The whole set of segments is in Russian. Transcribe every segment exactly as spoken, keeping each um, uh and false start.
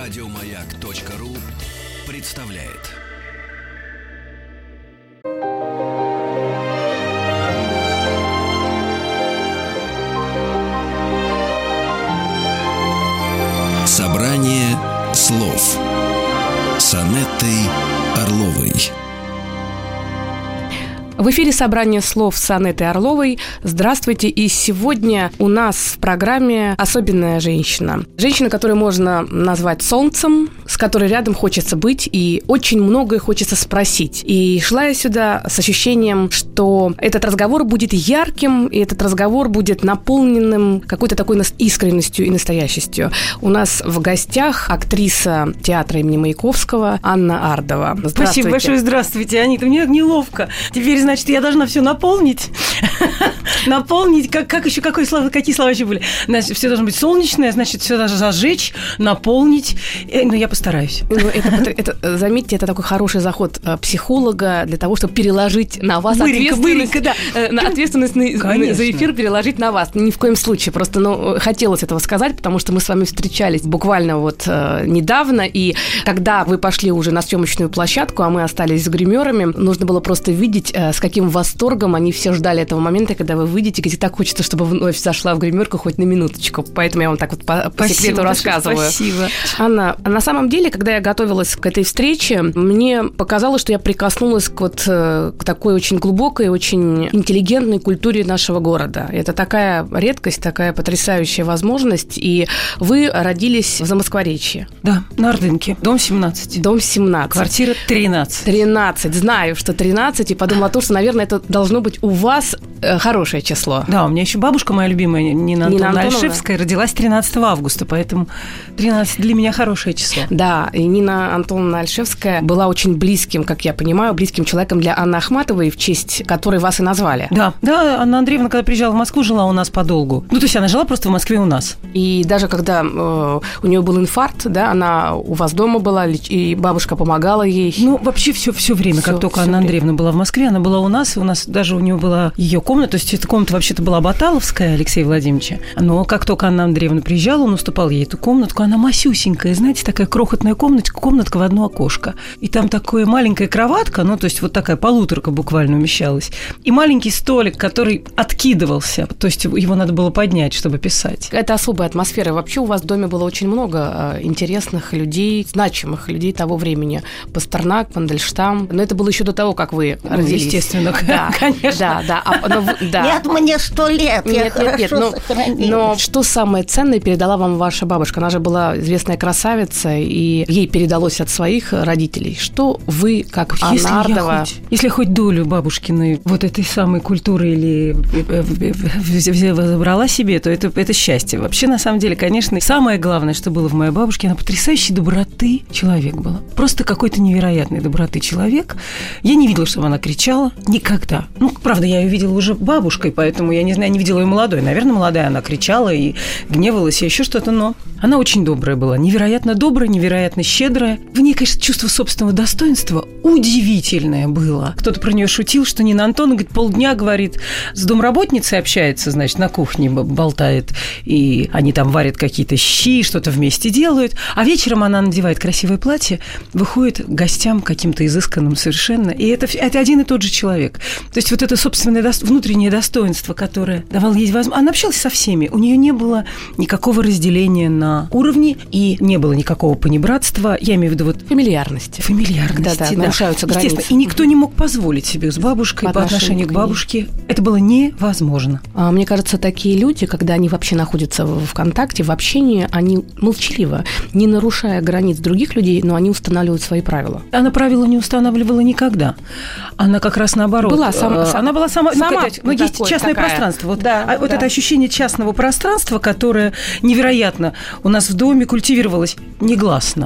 Радиомаяк.ру представляет. Собрание слов с Анеттой Орловой. В эфире «Собрание слов» с Анеттой Орловой. Здравствуйте. И сегодня у нас в программе особенная женщина. Женщина, которую можно назвать солнцем, с которой рядом хочется быть, и очень многое хочется спросить. И шла я сюда с ощущением, что этот разговор будет ярким, и этот разговор будет наполненным какой-то такой искренностью и настоящестью. У нас в гостях актриса театра имени Маяковского Анна Ардова. Спасибо большое. Здравствуйте, Анита. Мне неловко. Теперь, значит, я должна все наполнить. Наполнить. Как, как еще, какое слово, какие слова еще были? Значит, все должно быть солнечное, значит, все должно зажечь, наполнить. Но я постараюсь. Ну, это, это, это, заметьте, это такой хороший заход психолога для того, чтобы переложить на вас выренька, ответственность. Выренька, да. На ответственность на, за эфир переложить на вас. Ни в коем случае. Просто ну, хотелось этого сказать, потому что мы с вами встречались буквально вот э, недавно, и когда вы пошли уже на съемочную площадку, а мы остались с гримерами, нужно было просто видеть, э, с каким восторгом они все ждали этого момента, когда вы выйдете, где так хочется, чтобы вновь зашла в гримерку хоть на минуточку. Поэтому я вам так вот по, по секрету рассказываю. Спасибо. Анна, на самом деле, когда я готовилась к этой встрече, мне показалось, что я прикоснулась к, вот, к такой очень глубокой, очень интеллигентной культуре нашего города. Это такая редкость, такая потрясающая возможность. И вы родились в Замоскворечье. Да, на Ордынке. Дом семнадцать. Дом семнадцать. Квартира тринадцать. тринадцать. Знаю, что тринадцать, и подумала о том, что, наверное, это должно быть у вас хорошее число. Да, у меня еще бабушка моя любимая, Нина Антоновна Альшевская, родилась тринадцатого августа, поэтому тринадцать для меня хорошее число. Да, и Нина Антоновна Альшевская была очень близким, как я понимаю, близким человеком для Анны Ахматовой, в честь которой вас и назвали. Да, да, Анна Андреевна, когда приезжала в Москву, жила у нас подолгу. Ну, то есть она жила просто в Москве у нас. И даже когда э, у нее был инфаркт, да, она у вас дома была, и бабушка помогала ей. Ну, вообще все, все время, всё, как только Анна Андреевна была в Москве, она была у нас, и у нас даже у нее была ее комната, то есть эта комната вообще-то была Баталовская Алексея Владимировича, но как только Анна Андреевна приезжала, он уступал ей эту комнатку, она масюсенькая, знаете, такая крохотная комнатка, комнатка в одно окошко, и там такая маленькая кроватка, ну, то есть вот такая полуторка буквально умещалась, и маленький столик, который откидывался, то есть его надо было поднять, чтобы писать. Это особая атмосфера. Вообще у вас в доме было очень много интересных людей, значимых людей того времени. Пастернак, Мандельштам, но это было еще до того, как вы ну, родились. Естественно, да, конечно. Да, да. А, но, да. Нет, мне сто лет, я нет, хорошо нет, нет. сохранилась. Но что самое ценное передала вам ваша бабушка? Она же была известная красавица, и ей передалось от своих родителей. Что вы, как если Анна Ардова... Хоть, если хоть долю бабушкиной вот этой самой культуры или забрала себе, то это, это счастье. Вообще, на самом деле, конечно, самое главное, что было в моей бабушке, она потрясающей доброты человек была. Просто какой-то невероятной доброты человек. Я не видела, чтобы она кричала. Никогда. Ну, правда, я ее видела уже бабушкой, поэтому я не знаю, не видела ее молодой. Наверное, молодая она кричала и гневалась, и еще что-то, но она очень добрая была. Невероятно добрая, невероятно щедрая. В ней, конечно, чувство собственного достоинства удивительное было. Кто-то про нее шутил, что Нина Антоновна, говорит, полдня, говорит, с домработницей общается, значит, на кухне болтает, и они там варят какие-то щи, что-то вместе делают, а вечером она надевает красивое платье, выходит к гостям каким-то изысканным совершенно, и это, это один и тот же человек. То есть вот это собственное до... внутреннее достоинство, которое давало ей возможность. Она общалась со всеми, у нее не было никакого разделения на уровни, и не было никакого понебратства, я имею в виду вот... Фамильярности. Фамильярности, да, да, да. нарушаются границы. И никто не мог позволить себе с бабушкой по, по отношению к бабушке. Это было невозможно. А, мне кажется, такие люди, когда они вообще находятся в контакте, в общении, они молчаливо, не нарушая границ других людей, но они устанавливают свои правила. Она правила не устанавливала никогда. Она как раз наоборот. Была сама, она была сама. сама ну, есть такой, частное такая. пространство. Вот, да, а, вот да. это ощущение частного пространства, которое невероятно у нас в доме культивировалось негласно.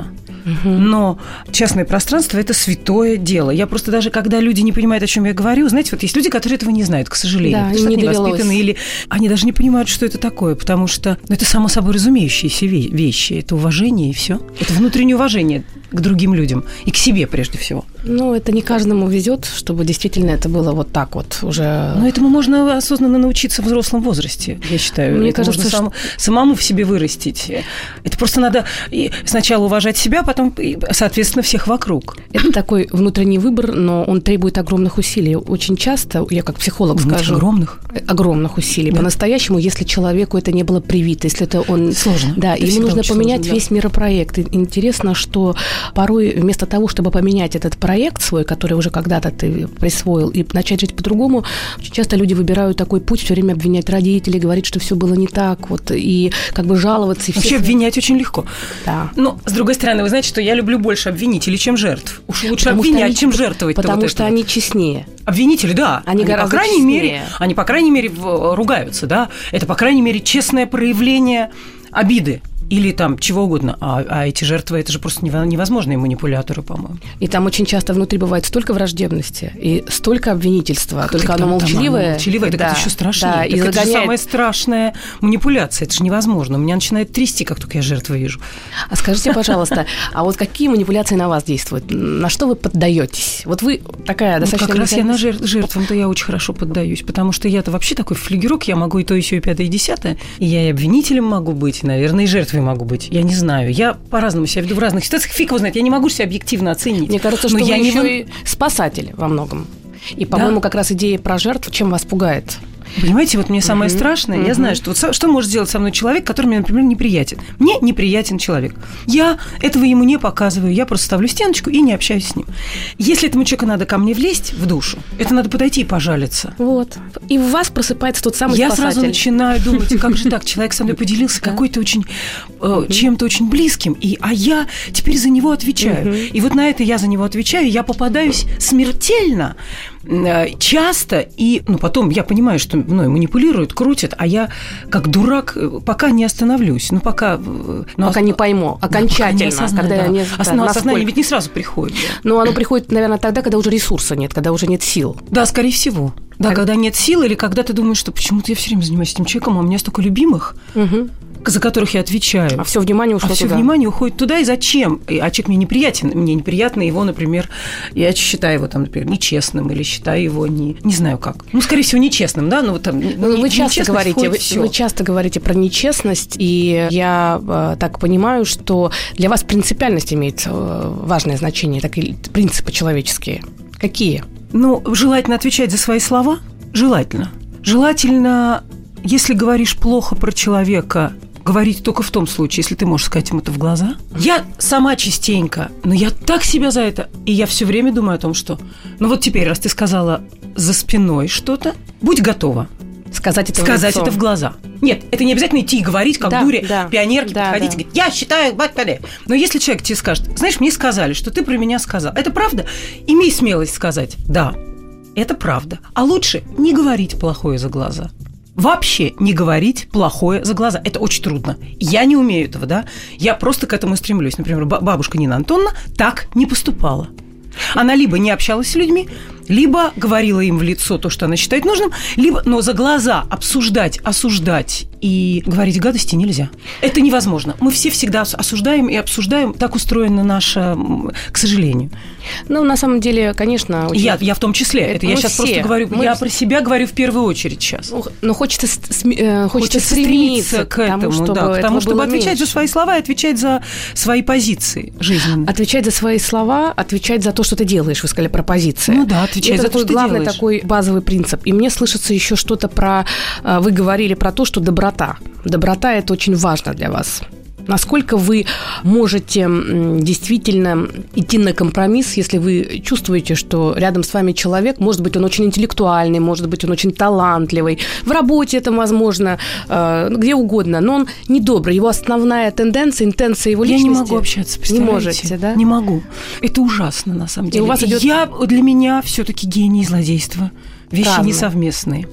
Угу. Но частное пространство – это святое дело. Я просто даже, когда люди не понимают, о чем я говорю, знаете, вот есть люди, которые этого не знают, к сожалению. Да, потому что не они довелось. невоспитаны, или они даже не понимают, что это такое, потому что ну, это само собой разумеющиеся вещи. Это уважение и все. Это внутреннее уважение к другим людям и к себе прежде всего. Ну, это не каждому везет, чтобы действительно это было вот так вот уже. Но этому можно осознанно научиться в взрослом возрасте, я считаю. Мне это кажется, можно сам, что... самому в себе вырастить. Это просто надо сначала уважать себя, потом, соответственно, всех вокруг. Это такой внутренний выбор, но он требует огромных усилий. Очень часто, я как психолог Знаете, скажу... Огромных? Огромных усилий. Да. По-настоящему, если человеку это не было привито, если это он... Сложно. Да, это ему нужно поменять сложно, весь да. миропроект. И интересно, что порой вместо того, чтобы поменять этот проект свой, который уже когда-то ты присвоил, и начать жить по-другому, очень часто люди выбирают такой путь, все время обвинять родителей, говорить, что все было не так, вот, и как бы жаловаться. И Вообще всех... обвинять очень легко. Да. Но, с другой стороны, вы знаете, что я люблю больше обвинителей, чем жертв. Уж лучше потому обвинять, они, чем жертвовать. Потому вот что это они вот. честнее. Обвинители, да. Они, они гораздо по крайней честнее. мере, Они, по крайней мере, ругаются, да. Это, по крайней мере, честное проявление обиды. Или там чего угодно. А, а эти жертвы, это же просто невозможные манипуляторы, по-моему. И там очень часто внутри бывает столько враждебности и столько обвинительства. Как только оно молчаливое. Молчаливое, так да, это еще страшнее. Да, так и это загоняет... же самая страшная манипуляция. Это же невозможно. У меня начинает трясти, как только я жертву вижу. А скажите, пожалуйста, а вот какие манипуляции на вас действуют? На что вы поддаетесь? Вот вы такая достаточно... Ну, как раз я на жертв, жертвам-то я очень хорошо поддаюсь, потому что я-то вообще такой флюгерок, я могу и то, и сё, и пятое, и десятое. И я и обвинителем могу быть, и, наверное, и жертвой могу быть. Я не знаю. Я по-разному себя веду в разных ситуациях. Фиг его знает. Я не могу себя объективно оценить. Мне кажется, что Но вы я еще не... и спасатель во многом. И, по-моему, да. как раз идея про жертв, чем вас пугает? Понимаете, вот мне самое uh-huh. страшное, uh-huh. я знаю, что вот что может сделать со мной человек, который мне, например, неприятен. Мне неприятен человек. Я этого ему не показываю, я просто ставлю стеночку и не общаюсь с ним. Если этому человеку надо ко мне влезть в душу, это надо подойти и пожалиться. Вот. И в вас просыпается тот самый я спасатель. Я сразу начинаю думать, как же так, человек со мной поделился какой-то очень, э, чем-то очень близким, и, а я теперь за него отвечаю. Uh-huh. И вот на это я за него отвечаю, я попадаюсь смертельно, э, часто, и ну, потом я понимаю, что мной манипулируют, крутят, а я, как дурак, пока не остановлюсь. Ну, пока... Ну, пока не пойму, окончательно. Да, не осознаю, когда да. я не... Осознание насколько... ведь не сразу приходит. Да. Но оно приходит, наверное, тогда, когда уже ресурса нет, когда уже нет сил. Да, скорее всего. Да, как... когда нет сил, или когда ты думаешь, что почему-то я все время занимаюсь этим человеком, а у меня столько любимых, угу. за которых я отвечаю. А все внимание ушло а туда. все внимание уходит туда, и зачем? А человек мне неприятен, мне неприятно его, например, я считаю его, там, например, нечестным, или считаю его не, не знаю как. Ну, скорее всего, нечестным, да? Ну, там, ну, вы, часто говорите, вы, вы часто говорите про нечестность, и я э, так понимаю, что для вас принципиальность имеет э, важное значение, такие принципы человеческие. Какие? Ну, желательно отвечать за свои слова, желательно. Желательно, если говоришь плохо про человека, говорить только в том случае, если ты можешь сказать ему это в глаза. Я сама частенько, но я так себя за это, и я все время думаю о том, что, ну вот теперь, раз ты сказала за спиной что-то, будь готова. Сказать это Сказать в лицо. это в глаза. Нет, это не обязательно идти и говорить, как да, дуре, да, пионерки, да, подходить да. и говорить, я считаю, бать-паде. Но если человек тебе скажет, знаешь, мне сказали, что ты про меня сказал, это правда? Имей смелость сказать, да, это правда. А лучше не говорить плохое за глаза. Вообще не говорить плохое за глаза. Это очень трудно. Я не умею этого, да? Я просто к этому стремлюсь. Например, бабушка Нина Антоновна так не поступала. Она либо не общалась с людьми, либо говорила им в лицо то, что она считает нужным, либо, но за глаза обсуждать, осуждать и говорить гадости нельзя. Это невозможно. Мы все всегда осуждаем и обсуждаем. Так устроена наша, к сожалению. Ну, на самом деле, конечно... Очень... Я, я в том числе. Это, это я сейчас все. просто говорю... Мы... Я про себя говорю в первую очередь сейчас. Но хочется, хочется, хочется стремиться к этому, тому, чтобы, да, к тому, чтобы отвечать меньше. за свои слова и отвечать за свои позиции жизненные. Отвечать за свои слова, отвечать за то, что ты делаешь. Вы сказали про позиции. Ну да, отвечать за то, что ты делаешь. Это главный такой базовый принцип. И мне слышится еще что-то про... Вы говорили про то, что доброта. Доброта – это очень важно для вас. Насколько вы можете действительно идти на компромисс, если вы чувствуете, что рядом с вами человек, может быть, он очень интеллектуальный, может быть, он очень талантливый, в работе это возможно, где угодно, но он недобрый, его основная тенденция, интенция его личности... Я не могу общаться, представляете? Не можете, да? Не могу. Это ужасно, на самом деле. И у вас идет... Я, для меня все-таки гений и злодейство. Вещи Разные. несовместные.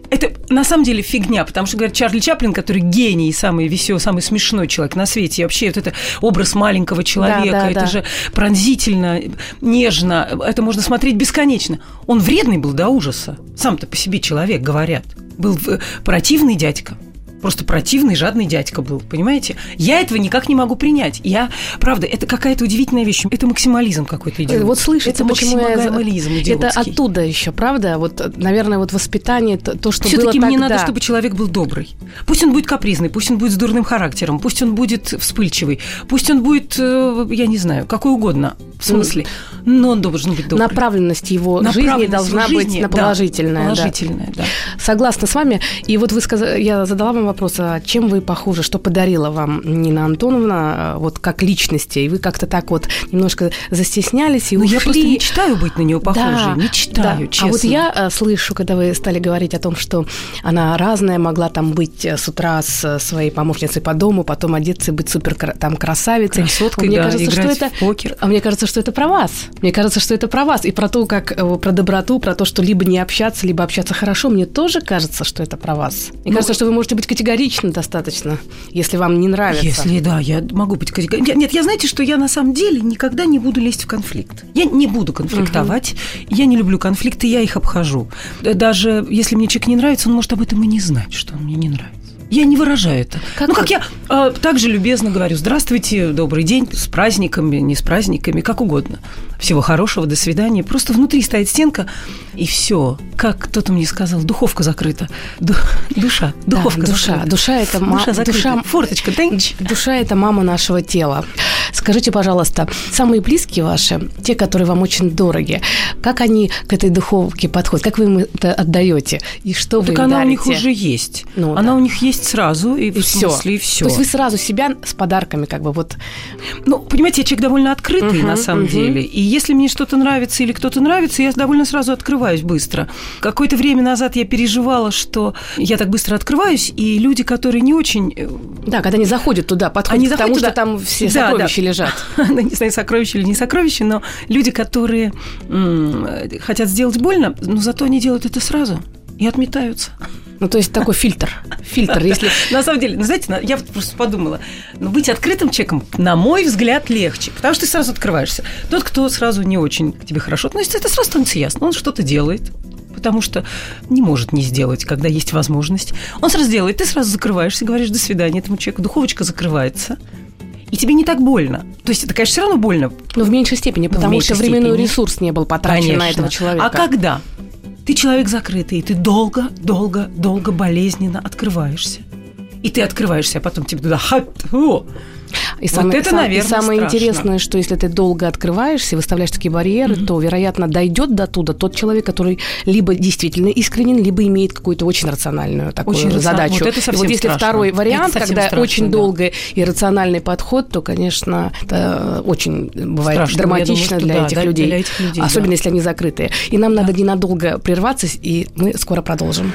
Это на самом деле фигня, потому что, говорят, Чарли Чаплин, который гений и самый веселый, самый смешной человек на свете, и вообще вот это образ маленького человека, да, да, это да. же пронзительно, нежно, это можно смотреть бесконечно. Он вредный был до ужаса. Сам-то по себе человек, говорят. Был противный дядька. Просто противный, жадный дядька был, понимаете? Я этого никак не могу принять. Я, правда, это какая-то удивительная вещь. Это максимализм какой-то идиотский. Вот слышите, это максимализм идиотский. Это оттуда еще, правда? Вот, наверное, вот воспитание, то, что Всё-таки было мне тогда. надо, чтобы человек был добрый. Пусть он будет капризный, пусть он будет с дурным характером, пусть он будет вспыльчивый, пусть он будет, я не знаю, какой угодно в смысле, но он должен быть добрый. Направленность его жизни должна жизни, быть на положительное. Да, положительное, да. да. Согласна с вами. И вот вы сказали, я задала вам вопрос, а чем вы похожи, что подарила вам Нина Антоновна, вот как личности, и вы как-то так вот немножко застеснялись и ну, ушли. Я просто мечтаю быть на нее похожей, да, мечтаю, да. честно. А вот я а, слышу, когда вы стали говорить о том, что она разная, могла там быть с утра с своей помощницей по дому, потом одеться и быть супер там красавицей. Красоткой, мне да, кажется, играть что это, в покер. А мне кажется, что это про вас. Мне кажется, что это про вас. И про то, как про доброту, про то, что либо не общаться, либо общаться хорошо. Мне тоже кажется, что это про вас. Мне ну, кажется, что вы можете быть категоричны достаточно, если вам не нравится. Если, да, я могу быть категоричной. Нет, я, знаете, что я на самом деле никогда не буду лезть в конфликт. Я не буду конфликтовать. Угу. Я не люблю конфликты, я их обхожу. Даже если мне человек не нравится, он может об этом и не знать, что он мне не нравится. Я не выражаю это. Как ну, как вы? я э, также любезно говорю: здравствуйте, добрый день, с праздниками, не с праздниками, как угодно. Всего хорошего, до свидания. Просто внутри стоит стенка, и все. Как кто-то мне сказал, духовка закрыта. Ду- душа, духовка да, душа. закрыта. Душа – это ма- душа душа, форточка. Тынч. Душа – это мама нашего тела. Скажите, пожалуйста, самые близкие ваши, те, которые вам очень дороги, как они к этой духовке подходят? Как вы им это отдаете? И что ну, вы так им она дарите? у них уже есть. Ну, она да. у них есть сразу, и, и в смысле, и все. То есть вы сразу себя с подарками как бы вот... Ну, понимаете, я человек довольно открытый, uh-huh, на самом uh-huh. деле. И если мне что-то нравится или кто-то нравится, я довольно сразу открываюсь быстро. Какое-то время назад я переживала, что я так быстро открываюсь, и люди, которые не очень... Да, когда они заходят туда, подходят они к тому, туда. что там все да, сокровища да. лежат. Не знаю, сокровища или не сокровища, но люди, которые м- хотят сделать больно, но зато они делают это сразу и отметаются. Ну, то есть такой фильтр. Фильтр, если... На самом деле, ну, знаете, я просто подумала, ну, быть открытым человеком, на мой взгляд, легче, потому что ты сразу открываешься. Тот, кто сразу не очень к тебе хорошо относится, это сразу становится ясно. Он что-то делает, потому что не может не сделать, когда есть возможность. Он сразу делает, ты сразу закрываешься, говоришь «до свидания» этому человеку, духовочка закрывается. И тебе не так больно. То есть это, конечно, все равно больно. Но в меньшей степени, потому меньшей что временной степени. ресурс не был потрачен Конечно. на этого человека. А когда ты человек закрытый, и ты долго, долго, долго болезненно открываешься. И ты открываешься, а потом тебе туда ха-о. И вот самое, это, сам, наверное, и самое страшно. интересное, что если ты долго открываешься, выставляешь такие барьеры, mm-hmm. то, вероятно, дойдет до туда тот человек, который либо действительно искренен, либо имеет какую-то очень рациональную такую очень задачу. Вот, это и вот если страшно. второй вариант, когда страшно, очень да. долгий и рациональный подход, то, конечно, это очень бывает страшно, драматично думаю, для, да, этих да, людей, для этих людей, особенно да. если они закрытые. И нам да. надо ненадолго прерваться, и мы скоро продолжим.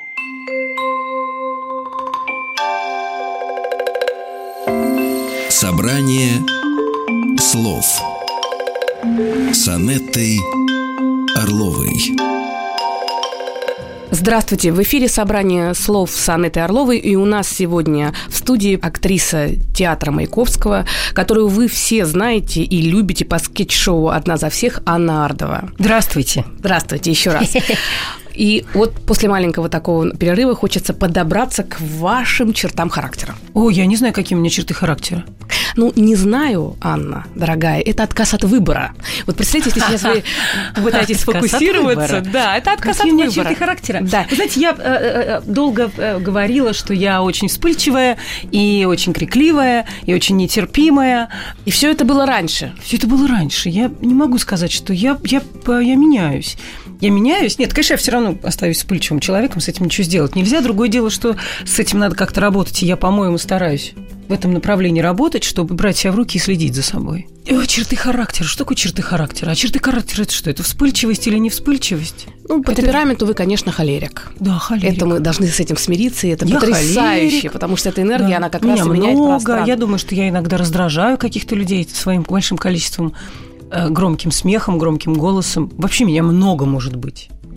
Собрание слов с Анеттой Орловой. Здравствуйте, в эфире собрание слов с Анеттой Орловой, и у нас сегодня в студии актриса театра Маяковского, которую вы все знаете и любите по скетч-шоу «Одна за всех» Анна Ардова. Здравствуйте. Здравствуйте еще раз. И вот после маленького такого перерыва хочется подобраться к вашим чертам характера. О, я не знаю, какие у меня черты характера. Ну, не знаю, Анна, дорогая, это отказ от выбора. Вот представьте, если сейчас вы попытаетесь сфокусироваться. Да, это отказ от выбора. Какие у меня черты характера? Да. Вы знаете, я э, э, долго э, говорила, что я очень вспыльчивая и очень крикливая, и очень нетерпимая. И все это было раньше? Все это было раньше. Я не могу сказать, что я, я, я меняюсь. Я меняюсь? Нет, конечно, я все равно остаюсь вспыльчивым человеком, с этим ничего сделать нельзя. Другое дело, что с этим надо как-то работать, и я, по-моему, стараюсь в этом направлении работать, чтобы брать себя в руки и следить за собой. О, черты характера. Что такое черты характера? А черты характера – это что? Это вспыльчивость или не вспыльчивость? Ну, по это... темпераменту вы, конечно, холерик. Да, холерик. Это мы должны с этим смириться, и это я потрясающе, холерик. Потому что эта энергия, да. она как Меня раз и меняет много. пространство. Я думаю, что я иногда раздражаю каких-то людей своим большим количеством, э, громким смехом, громким голосом. Вообще меня много может быть.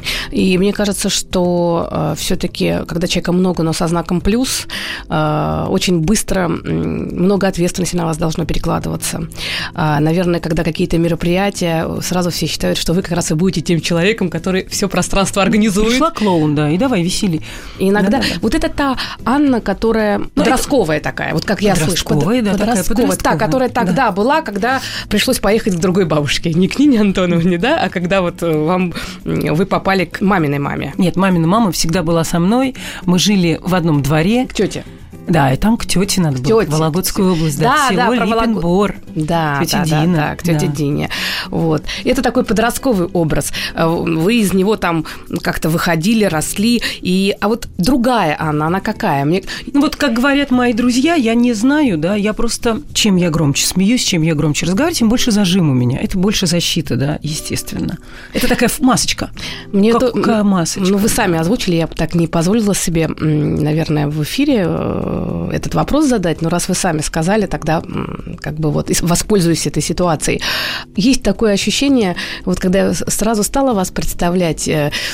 И мне кажется, что э, все-таки, когда человека много, но со знаком плюс, э, очень быстро э, много ответственности на вас должно перекладываться. Э, наверное, когда какие-то мероприятия, сразу все считают, что вы как раз и будете тем человеком, который все пространство организует. Пришла клоун, да, и давай весели. И иногда... Да, да, да. Вот это та Анна, которая ну, подростковая это... такая, вот как я слышу. Подростковая, да, подростковая, такая подростковая. Та, которая тогда да. была, когда пришлось поехать к другой бабушке. Не к Нине Антоновне, да, а когда вот вам, вы попали к маминой маме. Нет, мамина мама всегда была со мной. Мы жили в одном дворе. К тете. Да, и там к тете надо было, в Вологодскую область, да, да, село да, Липенбор, да, к тете да, Дине. Да, да, к тете да. Дине. Вот. Это такой подростковый образ. Вы из него там как-то выходили, росли. И... А вот другая Анна, она какая? Мне... Ну вот, как говорят мои друзья, я не знаю, да, я просто... Чем я громче смеюсь, чем я громче разговариваю, тем больше зажим у меня. Это больше защита, да, естественно. Это такая масочка. Мне Какая это... масочка? Ну, вы сами озвучили, я бы так не позволила себе, наверное, в эфире этот вопрос задать, но раз вы сами сказали, тогда как бы вот воспользуюсь этой ситуацией. Есть такое ощущение, вот когда я сразу стала вас представлять,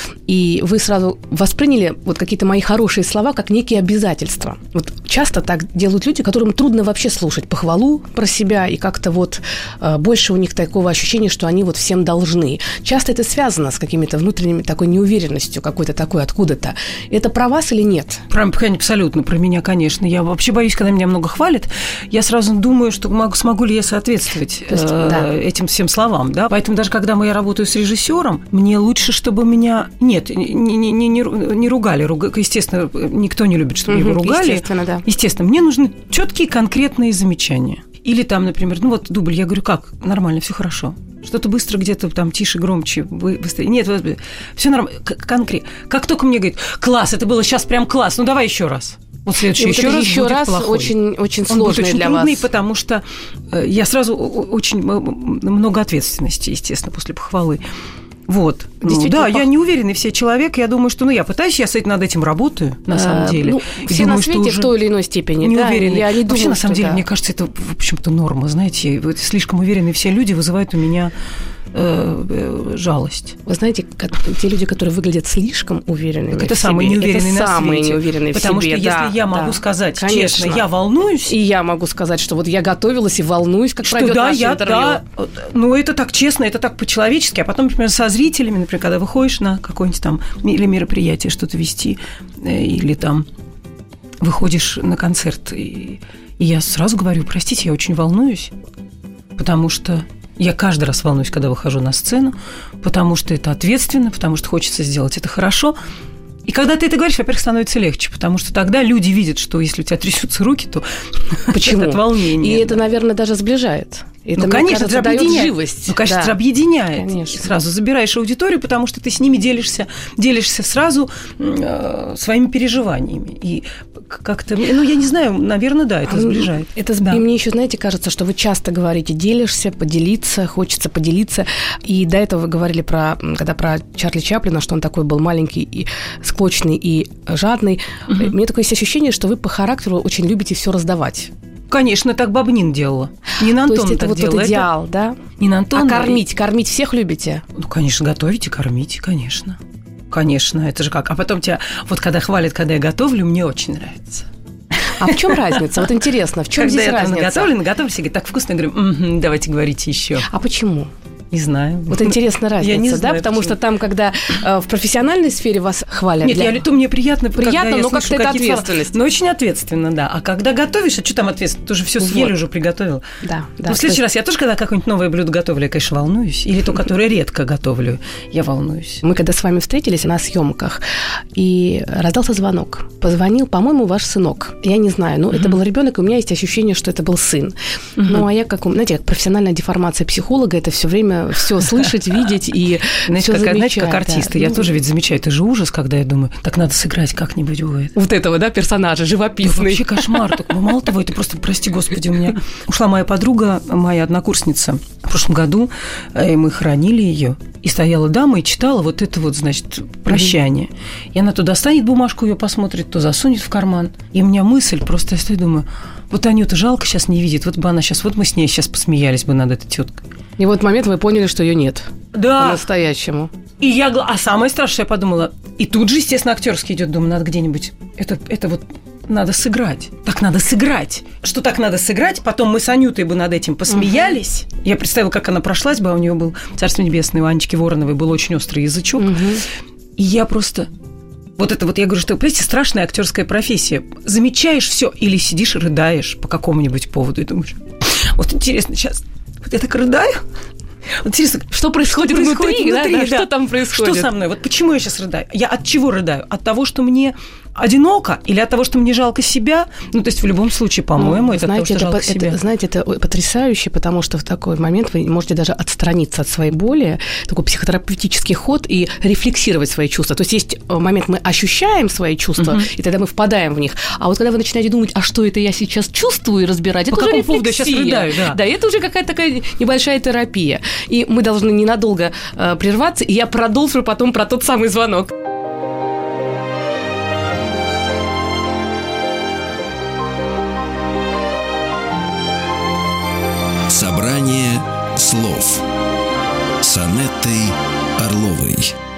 и вы сразу восприняли вот какие-то мои хорошие слова как некие обязательства. Вот часто так делают люди, которым трудно вообще слушать похвалу про себя, и как-то вот больше у них такого ощущения, что они вот всем должны. Часто это связано с какими-то внутренними такой неуверенностью, какой-то такой откуда-то. Это про вас или нет? Про, абсолютно про меня, конечно. Я вообще боюсь, когда меня много хвалят, я сразу думаю, что могу, смогу ли я соответствовать есть, э, да. этим всем словам, да. Поэтому даже когда я работаю с режиссером, мне лучше, чтобы меня нет, не, не, не, не ругали. Руг... Естественно, никто не любит, чтобы угу, его ругали. Естественно, да. Естественно, мне нужны четкие конкретные замечания. Или там, например, ну вот дубль, я говорю, как нормально, все хорошо. Что-то быстро где-то там тише, громче, быстрее. Нет, все нормально, конкретно. Как только мне говорят, класс, это было сейчас прям класс, ну давай еще раз. Вот следующий вот еще раз еще будет раз плохой. очень, очень Он будет сложный очень для трудный, вас. Потому что я сразу очень много ответственности, естественно, после похвалы. Вот. Ну, да, пох... я не уверенный в себе человек. Я думаю, что ну, я пытаюсь, я с этим, над этим работаю, на а, самом деле. Ну, все думаю, на свете в той или иной степени. Не да, уверены. Я не Вообще, думаю, на самом деле, да. мне кажется, это, в общем-то, норма. Знаете, вот слишком уверенные все люди вызывают у меня э, э, жалость. Вы знаете, как, те люди, которые выглядят слишком уверенными так это в самые себе, неуверенные это на самые свете. неуверенные Потому в себе. Потому что да, если я могу да, сказать конечно. честно, я волнуюсь. И я могу сказать, что вот я готовилась и волнуюсь, как что пройдет да, наше я, интервью. Да, ну, это так честно, это так по-человечески. А потом, например, со зрителями, например, когда выходишь на какое-нибудь там или мероприятие что-то вести, или там выходишь на концерт, и, и я сразу говорю, простите, я очень волнуюсь, потому что я каждый раз волнуюсь, когда выхожу на сцену, потому что это ответственно, потому что хочется сделать это хорошо. И когда ты это говоришь, во-первых, становится легче, потому что тогда люди видят, что если у тебя трясутся руки, то почему? Это волнение. И это, наверное, даже сближает. Это, ну, конечно, кажется, это объединяет. Живость. Ну, конечно, да. это объединяет. Конечно. Сразу забираешь аудиторию, потому что ты с ними делишься, делишься сразу э, своими переживаниями. И как-то, ну, я не знаю, наверное, да, это сближает. Это, да. И мне еще, знаете, кажется, что вы часто говорите делишься, поделиться, хочется поделиться. И до этого вы говорили про, когда про Чарли Чаплина, что он такой был маленький и склочный и жадный. Угу. У меня такое есть ощущение, что вы по характеру очень любите все раздавать. Конечно, так Бабнин делала. Нина Антоновна То есть это так вот делала. тот идеал, это... да? Нина Антоновна... А кормить? Кормить всех любите? Ну, конечно, готовите, кормите, конечно. Конечно, это же как. А потом тебя... Вот когда хвалят, когда я готовлю, мне очень нравится. А в чем разница? Вот интересно, в чем здесь разница? Когда я наготовлю, наготовлю, все говорят, так вкусно. Я говорю, угу, давайте говорите еще. А почему? Не знаю. Вот интересная разница, я не да? знаю, Потому почему. что там, когда э, в профессиональной сфере вас хвалят... Нет, для... я, то мне приятно, приятно, когда но как-то это ответственность. Слова. Но очень ответственно, да. А когда готовишь, а что там ответственно? Ты уже все съели, вот. Уже приготовил. Да, да. Но в следующий раз я тоже, когда какое-нибудь новое блюдо готовлю, я, конечно, волнуюсь. Или то, которое редко готовлю, я волнуюсь. Мы когда с вами встретились на съемках, и раздался звонок. Позвонил, по-моему, ваш сынок. Я не знаю, но uh-huh. это был ребенок, и у меня есть ощущение, что это был сын. Uh-huh. Ну, а я, как, знаете, как профессиональная деформация психолога, это все время все слышать, видеть и знаете, все как, замечать. Знаете, как артисты. Да. Я ну, тоже ведь замечаю, это же ужас, когда я думаю, так надо сыграть как-нибудь бывает. Вот этого, да, персонажа, живописный. Да, вообще кошмар. Так, мало того, это просто, прости господи, у меня ушла моя подруга, моя однокурсница в прошлом году, и мы хоронили ее, и стояла дама и читала вот это вот, значит, прощание. Mm-hmm. И она то достанет бумажку, ее посмотрит, то засунет в карман. И у меня мысль, просто я стою, думаю, вот Анюта жалко сейчас не видит, вот бы она сейчас, вот мы с ней сейчас посмеялись бы над этой теткой. И в этот момент вы поняли, что ее нет. Да. По-настоящему. И я, а самое страшное, я подумала, и тут же, естественно, актерский идет, думаю, надо где-нибудь, это, это вот надо сыграть. Так надо сыграть. Что так надо сыграть? Потом мы с Анютой бы над этим посмеялись. Угу. Я представила, как она прошлась бы, а у нее был, Царство Небесное, у Анечки Вороновой был очень острый язычок. Угу. И я просто... Вот это вот, я говорю, что, понимаете, страшная актерская профессия. Замечаешь все или сидишь и рыдаешь по какому-нибудь поводу и думаешь, вот интересно, сейчас вот я так рыдаю. Вот интересно, что происходит, что происходит внутри, внутри да, да, да. Что там происходит? Что со мной? Вот почему я сейчас рыдаю? Я от чего рыдаю? От того, что мне одиноко или от того, что мне жалко себя? Ну, то есть в любом случае, по-моему, ну, это знаете, от того, что это, жалко это, себя. Знаете, это потрясающе, потому что в такой момент вы можете даже отстраниться от своей боли, такой психотерапевтический ход и рефлексировать свои чувства. То есть есть момент, мы ощущаем свои чувства, uh-huh. и тогда мы впадаем в них. А вот когда вы начинаете думать, а что это я сейчас чувствую, и разбирать, по это уже рефлексия. Поводу я сейчас рыдаю, да. Да, это уже какая-то такая небольшая терапия. И мы должны ненадолго э, прерваться, и я продолжу потом про тот самый звонок. Собрание слов с Анеттой Орловой.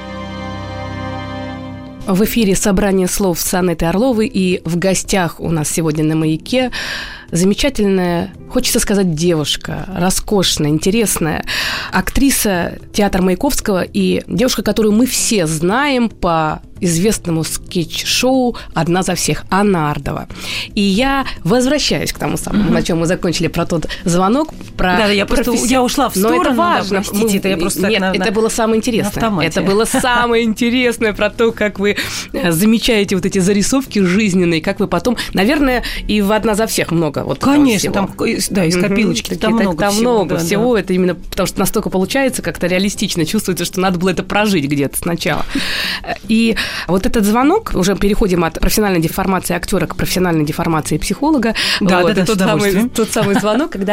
В эфире «Собрание слов» с Анеттой Орловой, и в гостях у нас сегодня на «Маяке» замечательная, хочется сказать, девушка, роскошная, интересная, актриса театра Маяковского и девушка, которую мы все знаем по известному скетч-шоу «Одна за всех», Анна Ардова. И я возвращаюсь к тому самому, mm-hmm. на чем мы закончили, про тот звонок, про... Да, я просто професси... я ушла в сторону. Но это важно. Да, простите, мы... это я просто... Нет, на, это на... было самое интересное. Это было самое интересное про то, как вы замечаете вот эти зарисовки жизненные, как вы потом... Наверное, и в «Одна за всех» много вот конечно, там, да, из копилочки, mm-hmm. там так, много там всего. много да, всего. да. Это именно потому, что настолько получается, как-то реалистично чувствуется, что надо было это прожить где-то сначала. И вот этот звонок, уже переходим от профессиональной деформации актера к профессиональной деформации психолога. Да, вот, да, да, тот, самый, тот самый звонок, когда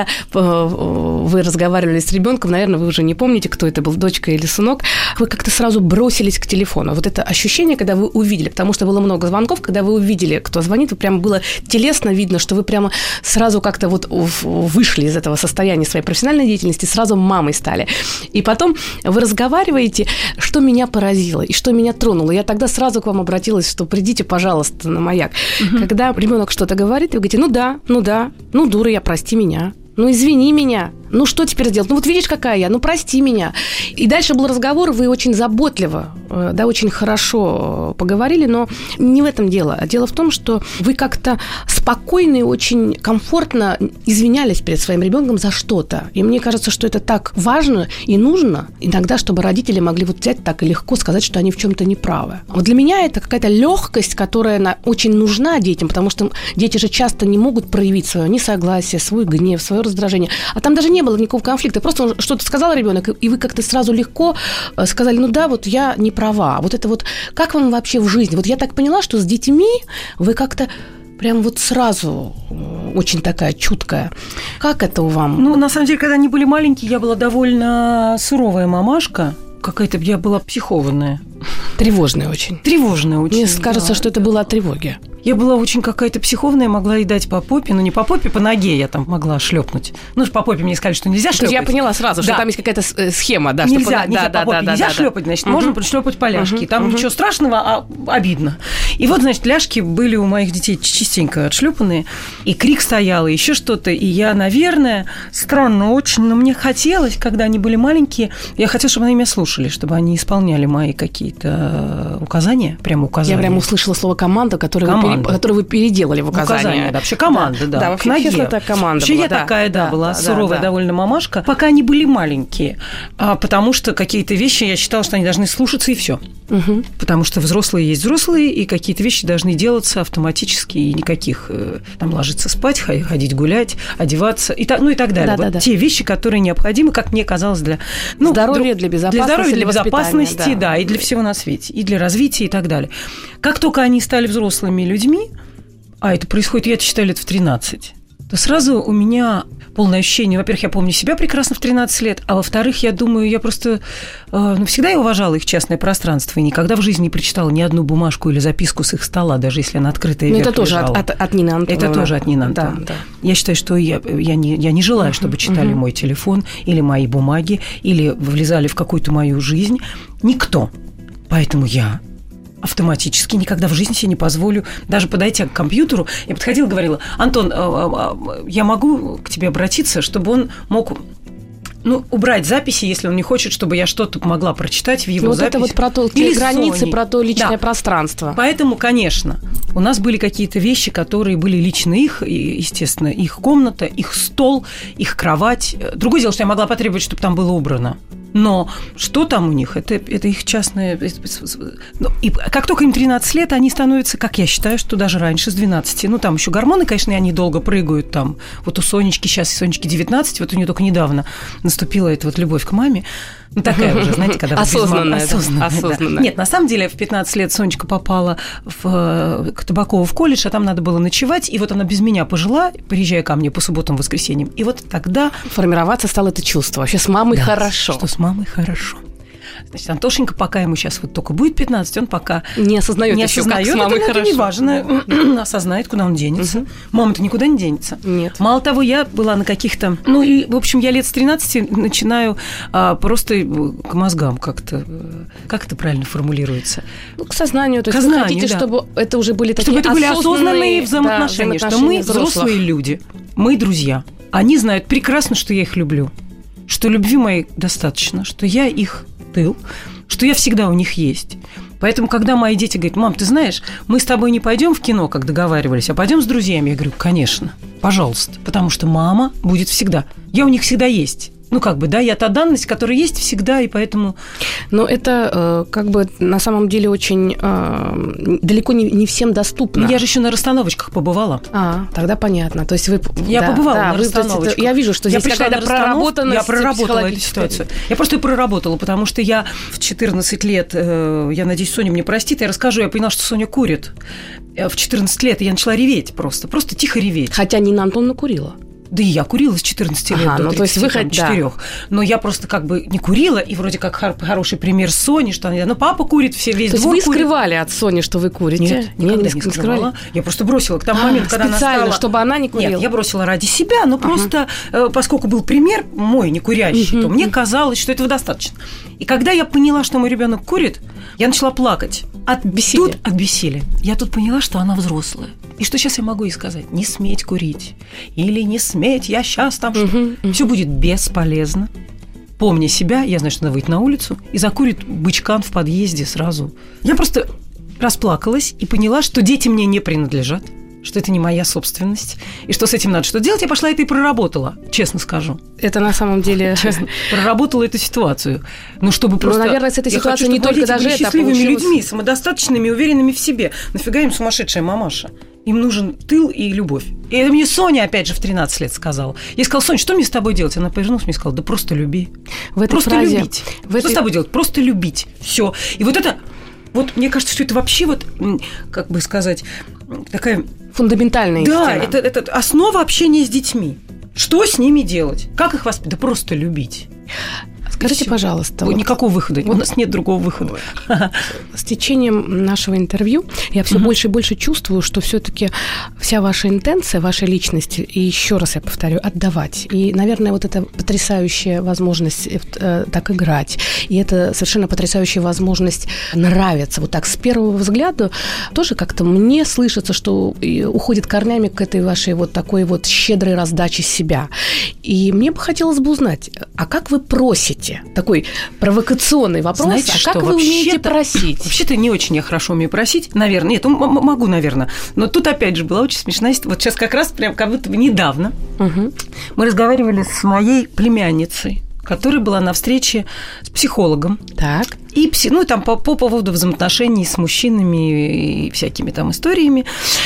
вы разговаривали с ребенком, наверное, вы уже не помните, кто это был, дочка или сынок, вы как-то сразу бросились к телефону. Вот это ощущение, когда вы увидели, потому что было много звонков, когда вы увидели, кто звонит, вы прямо было телесно видно, что вы прямо сразу как-то вот вышли из этого состояния своей профессиональной деятельности, сразу мамой стали. И потом вы разговариваете, что меня поразило и что меня тронуло. Я тогда сразу к вам обратилась, что придите, пожалуйста, на «Маяк». Угу. Когда ребенок что-то говорит, вы говорите, ну да, ну да, ну дура я, прости меня. Ну, извини меня. Ну, что теперь делать? Ну, вот видишь, какая я. Ну, прости меня. И дальше был разговор, вы очень заботливо, да, очень хорошо поговорили, но не в этом дело. А дело в том, что вы как-то спокойно и очень комфортно извинялись перед своим ребенком за что-то. И мне кажется, что это так важно и нужно иногда, чтобы родители могли вот взять так и легко сказать, что они в чем-то неправы. Вот для меня это какая-то легкость, которая очень нужна детям, потому что дети же часто не могут проявить свое несогласие, свой гнев, свое раздражение. А там даже не было никакого конфликта. Просто он что-то сказал ребенок, и вы как-то сразу легко сказали, ну да, вот я не права. Вот это вот, как вам вообще в жизни? Вот я так поняла, что с детьми вы как-то прям вот сразу очень такая чуткая. Как это у вам? Ну, на самом деле, когда они были маленькие, я была довольно суровая мамашка. Какая-то я была психованная. Тревожная очень. Тревожная очень. Мне кажется, да, что это да. было от тревоги. Я была очень какая-то психованная, могла ей дать по попе, ну не по попе, по ноге я там могла шлепнуть. Ну, по попе мне сказали, что нельзя шлепать. Я поняла сразу, что да. там есть какая-то схема, да, нельзя, что нельзя да, по попе, да, нельзя да, шлепать, значит, угу. можно шлепать по ляжке. Угу. Там угу. ничего страшного, а обидно. И вот, значит, ляжки были у моих детей частенько отшлепанные, и крик стоял, и еще что-то. И я, наверное, странно очень, но мне хотелось, когда они были маленькие, я хотела, чтобы они меня слушали, чтобы они исполняли мои какие-то указания, прямо указания. Я прямо услышала слово «команда», которое, команда. Вы, пере... которое вы переделали в указания. указания да, вообще команда, да. Да, да вообще, честно, это команда вообще была. я да, такая, да, да была да, суровая да, довольно мамашка, пока они были маленькие, а, потому что какие-то вещи я считала, что они должны слушаться, и все. Угу. Потому что взрослые есть взрослые, и какие-то вещи должны делаться автоматически, и никаких там ложиться спать, ходить гулять, одеваться, и так, ну и так далее. Да, вот да, те да. вещи, которые необходимы, как мне казалось, для ну, здоровья, для безопасности, для здоровья, для, для безопасности, да. да, и для всего на свете, и для развития, и так далее. Как только они стали взрослыми людьми, а это происходит, я считаю, лет в тринадцать. то сразу у меня полное ощущение, во-первых, я помню себя прекрасно в тринадцать лет, а во-вторых, я думаю, я просто, ну, всегда я уважала их частное пространство и никогда в жизни не прочитала ни одну бумажку или записку с их стола, даже если она открытая. Ну, это тоже от, от, от Нины Антоновны. Это тоже от Нины Антоновны. Да, да. Я считаю, что я, я, не, я не желаю, чтобы читали uh-huh. мой телефон или мои бумаги, или влезали в какую-то мою жизнь. Никто. Поэтому я автоматически никогда в жизни себе не позволю даже подойти к компьютеру. Я подходила и говорила: Антон, я могу к тебе обратиться, чтобы он мог... Ну, убрать записи, если он не хочет, чтобы я что-то могла прочитать в его вот записи. Вот это вот про то, или границы, Sony. Про то личное да. пространство. Поэтому, конечно, у нас были какие-то вещи, которые были лично их, и, естественно, их комната, их стол, их кровать. Другое дело, что я могла потребовать, чтобы там было убрано. Но что там у них, это, это их частное... И как только им тринадцать лет, они становятся, как я считаю, что даже раньше, с двенадцати. Ну, там еще гормоны, конечно, и они долго прыгают там. Вот у Сонечки сейчас, Сонечке девятнадцать, вот у нее только недавно наступила эта вот любовь к маме. Ну, такая уже, знаете, когда... Осознанная. Осознанная, Осознанная. Да. Нет, на самом деле, в пятнадцать лет Сонечка попала в, к Табакову в колледж, а там надо было ночевать, и вот она без меня пожила, приезжая ко мне по субботам, воскресеньям. И вот тогда... Формироваться стало это чувство. Вообще с мамой да, хорошо. Что с мамой хорошо. Значит, Антошенька, пока ему сейчас вот только будет пятнадцать, он пока не осознает не еще, осознает, как с мамой это, хорошо. Это не важно, осознает, куда он денется. Угу. Мама-то никуда не денется. Нет. Мало того, я была на каких-то... Ну, и, в общем, я лет с тринадцати начинаю а, просто к мозгам как-то... Как это правильно формулируется? Ну, к сознанию. То к есть сознанию, вы хотите, да. чтобы это уже были такие чтобы это были осознанные, осознанные взаимоотношения, да, взаимоотношения, что мы взрослых. Взрослые люди, мы друзья. Они знают прекрасно, что я их люблю, что любви моей достаточно, что я их тыл, что я всегда у них есть. Поэтому, когда мои дети говорят: мам, ты знаешь, мы с тобой не пойдем в кино, как договаривались, а пойдем с друзьями, я говорю: конечно, пожалуйста, потому что мама будет всегда. Я у них всегда есть. Ну, как бы, да, я та данность, которая есть всегда, и поэтому... Но это, э, как бы, на самом деле очень э, далеко не, не всем доступно. Ну, я же еще на расстановочках побывала. А, тогда понятно. То есть вы... Я да, побывала да, на расстановочках. Я вижу, что здесь какая-то проработанность. Я проработала эту ситуацию. Я просто ее проработала, потому что я в четырнадцать лет, э, я надеюсь, Соня мне простит, я расскажу, я поняла, что Соня курит. В четырнадцать лет я начала реветь просто, просто тихо реветь. Хотя Нина Антоновна курила. Да и я курила с четырнадцати лет ага, до ну, тридцати четырёх. Да. Но я просто как бы не курила, и вроде как хор- хороший пример Сони, что она, ну, папа курит, все весь двор курит. То есть вы скрывали от Сони, что вы курите? Нет, никогда не, не, не скрывала. Я просто бросила к тому а, моменту, когда она стала... Специально, чтобы она не курила? Нет, я бросила ради себя, но ага. просто, поскольку был пример мой некурящий, угу. то мне казалось, что этого достаточно. И когда я поняла, что мой ребенок курит, я начала плакать. От бессилия? Тут от бессилия. Я тут поняла, что она взрослая. И что сейчас я могу ей сказать? Не сметь курить. Или не сметь, я сейчас там... Угу, угу. Все будет бесполезно. Помня себя, я знаю, что надо выйти на улицу и закурит бычкан в подъезде сразу. Я просто расплакалась и поняла, что дети мне не принадлежат, что это не моя собственность, и что с этим надо что делать. Я пошла это и проработала, честно скажу. Это на самом деле... Честно, проработала эту ситуацию. Ну, чтобы просто... Ну, наверное, с этой я ситуацией хочу, не только даже это счастливыми получилось... людьми, самодостаточными, уверенными в себе. Нафига им сумасшедшая мамаша? Им нужен тыл и любовь. И это мне Соня, опять же, в тринадцать лет сказала. Я сказала: Соня, что мне с тобой делать? Она повернулась мне и сказала: да просто люби. В этой просто фразе... любить. В что этой... с тобой делать? Просто любить. Все. И вот это... Вот мне кажется, что это вообще вот, как бы сказать, такая... Фундаментальная истина. Да, это, это основа общения с детьми. Что с ними делать? Как их воспитать? Да просто любить. Скажите, пожалуйста... Вот, никакого выхода. Вот, у нас нет другого выхода. С течением нашего интервью я все uh-huh. больше и больше чувствую, что все-таки вся ваша интенция, ваша личность, и еще раз я повторю, отдавать. И, наверное, вот эта потрясающая возможность э, так играть, и это совершенно потрясающая возможность нравиться. Вот так с первого взгляда тоже как-то мне слышится, что уходит корнями к этой вашей вот такой вот щедрой раздаче себя. И мне бы хотелось бы узнать, а как вы просите? Такой провокационный вопрос. Знаете, а что? как вы умеете просить? Вообще-то не очень я хорошо умею просить, наверное. Нет, м- могу, наверное. Но тут, опять же, была очень смешная история. Вот сейчас как раз прям как будто бы недавно угу. мы разговаривали с моей племянницей, которая была на встрече с психологом. Так. И пси- ну, там по, по поводу взаимоотношений с мужчинами и всякими там историями.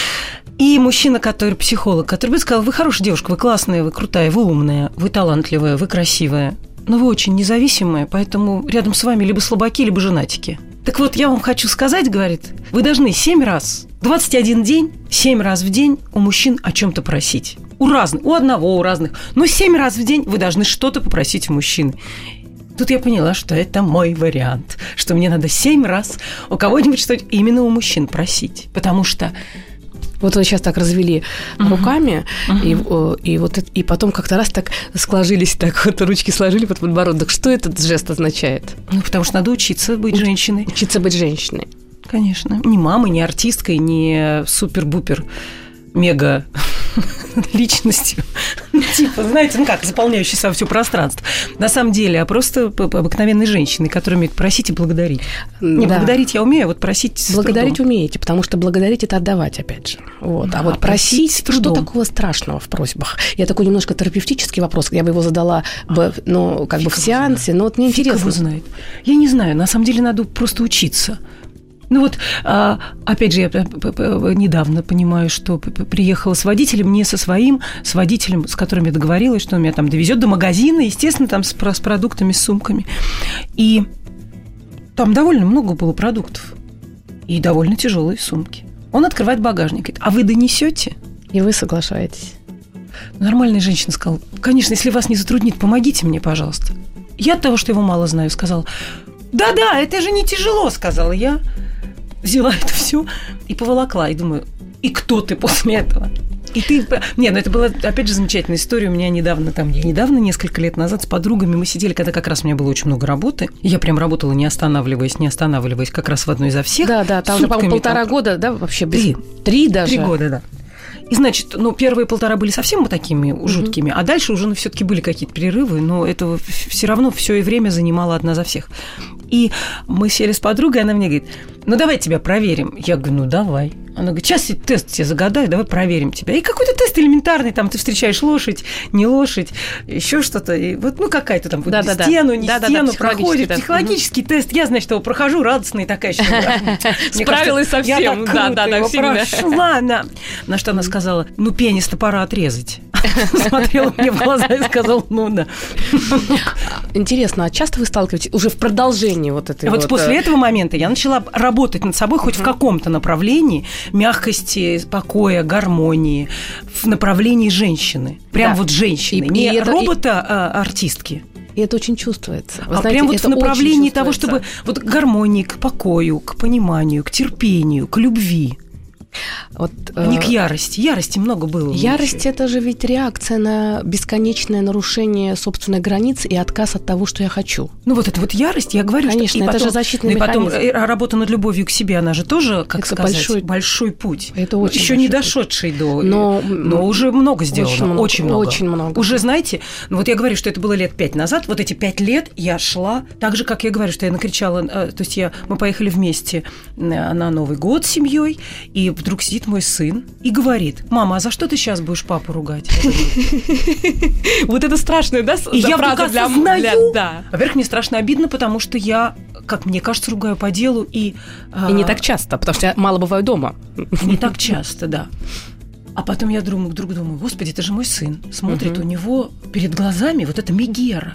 И мужчина, который психолог, который бы сказал: вы хорошая девушка, вы классная, вы крутая, вы умная, вы талантливая, вы красивая. Но вы очень независимые, поэтому рядом с вами либо слабаки, либо женатики. Так вот, я вам хочу сказать, говорит, вы должны семь раз, двадцать один день, семь раз в день у мужчин о чем-то просить. У разных, у одного, у разных. Но семь раз в день вы должны что-то попросить у мужчины. Тут я поняла, что это мой вариант, что мне надо семь раз у кого-нибудь что-то именно у мужчин просить. Потому что... Вот вы сейчас так развели uh-huh. руками, uh-huh. И, и, вот, и потом как-то раз так сложились, так вот ручки сложили под подбородок. Что этот жест означает? Ну, потому что надо учиться быть Уч- женщиной. Учиться быть женщиной. Конечно. Не мамой, не артисткой, не супер-бупер мега личностью. Типа, знаете, ну как, заполняющей собой все пространство. На самом деле, а просто обыкновенной женщиной, которая умеет просить и благодарить. Не, да. благодарить я умею, а вот просить благодарить умеете, потому что благодарить – это отдавать, опять же. Вот. А, а вот просить, что такого страшного в просьбах? Я такой немножко терапевтический вопрос, я бы его задала бы, ну, как Фиг бы в сеансе, но вот мне интересно. Фиг его знает. Я не знаю, на самом деле надо просто учиться. Ну вот, опять же, я недавно понимаю, что приехала с водителем, не со своим, с водителем, с которым я договорилась, что он меня там довезет до магазина, естественно, там с продуктами, с сумками. И там довольно много было продуктов и довольно тяжелые сумки. Он открывает багажник, говорит, а вы донесете? И вы соглашаетесь. Нормальная женщина сказала, конечно, если вас не затруднит, помогите мне, пожалуйста. Я от того, что его мало знаю, сказала, да-да, это же не тяжело, сказала я. Взяла это все и поволокла. И думаю, и кто ты после этого? И ты... Не, ну это была, опять же, замечательная история. У меня недавно, там, я недавно, несколько лет назад с подругами мы сидели, когда как раз у меня было очень много работы. Я прям работала, не останавливаясь, не останавливаясь, как раз в одной изо всех. Да, да, там уже, по-моему, полтора там... года, да, вообще? Без... Три. Три даже? Три года, да. И, значит, ну, первые полтора были совсем такими жуткими, mm-hmm. а дальше уже ну, все-таки были какие-то перерывы, но это все равно все и время занимала одна за всех. И мы сели с подругой, она мне говорит, ну, давай тебя проверим. Я говорю, ну, давай. Она говорит, сейчас я тест тебе загадаю, давай проверим тебя. И какой-то тест элементарный, там ты встречаешь лошадь, не лошадь, еще что-то. И вот, ну, какая-то там вот, да, стену, да, не да, стену да, да, проходишь. да. Психологический тест. Я, значит, его прохожу, радостная такая. Справилась со всем. Да, да, да, прошла. На что она сказала, ну, пенис-то пора отрезать. Смотрела мне в глаза и сказала, ну, да. Интересно, а часто вы сталкиваетесь уже в продолжении вот этой вот? Вот после этого момента я начала работать над собой хоть в каком-то направлении мягкости, покоя, гармонии, в направлении женщины. Прям вот женщины, не робота, а артистки. И это очень чувствуется. Вы а знаете, прям вот в направлении того, чтобы вот к гармонии, к покою, к пониманию, к терпению, к любви. Вот, а не к ярости. Ярости много было. Ярость – это же ведь реакция на бесконечное нарушение собственной границы и отказ от того, что я хочу. Ну вот эта вот ярость, я говорю, конечно, что… это потом, же защитный ну, механизм. И потом работа над любовью к себе, она же тоже, как это сказать, большой, большой путь. Это очень еще не дошедший до… Но, но уже много сделано. Очень много. Очень много. Очень много. Уже, знаете, ну вот я говорю, что это было лет пять назад, вот эти пять лет я шла, так же, как я говорю, что я накричала, то есть я, мы поехали вместе на Новый год с семьей, и вдруг сидит мой сын, и говорит, мама, а за что ты сейчас будешь папу ругать? Вот это страшная, да, и я вдруг осознаю. Да. Во-первых, мне страшно обидно, потому что я, как мне кажется, ругаю по делу. И, и не так часто, потому что я мало бываю дома. Не так часто, да. А потом я вдруг, вдруг думаю, господи, это же мой сын. Смотрит, у него перед глазами вот эта Мегера.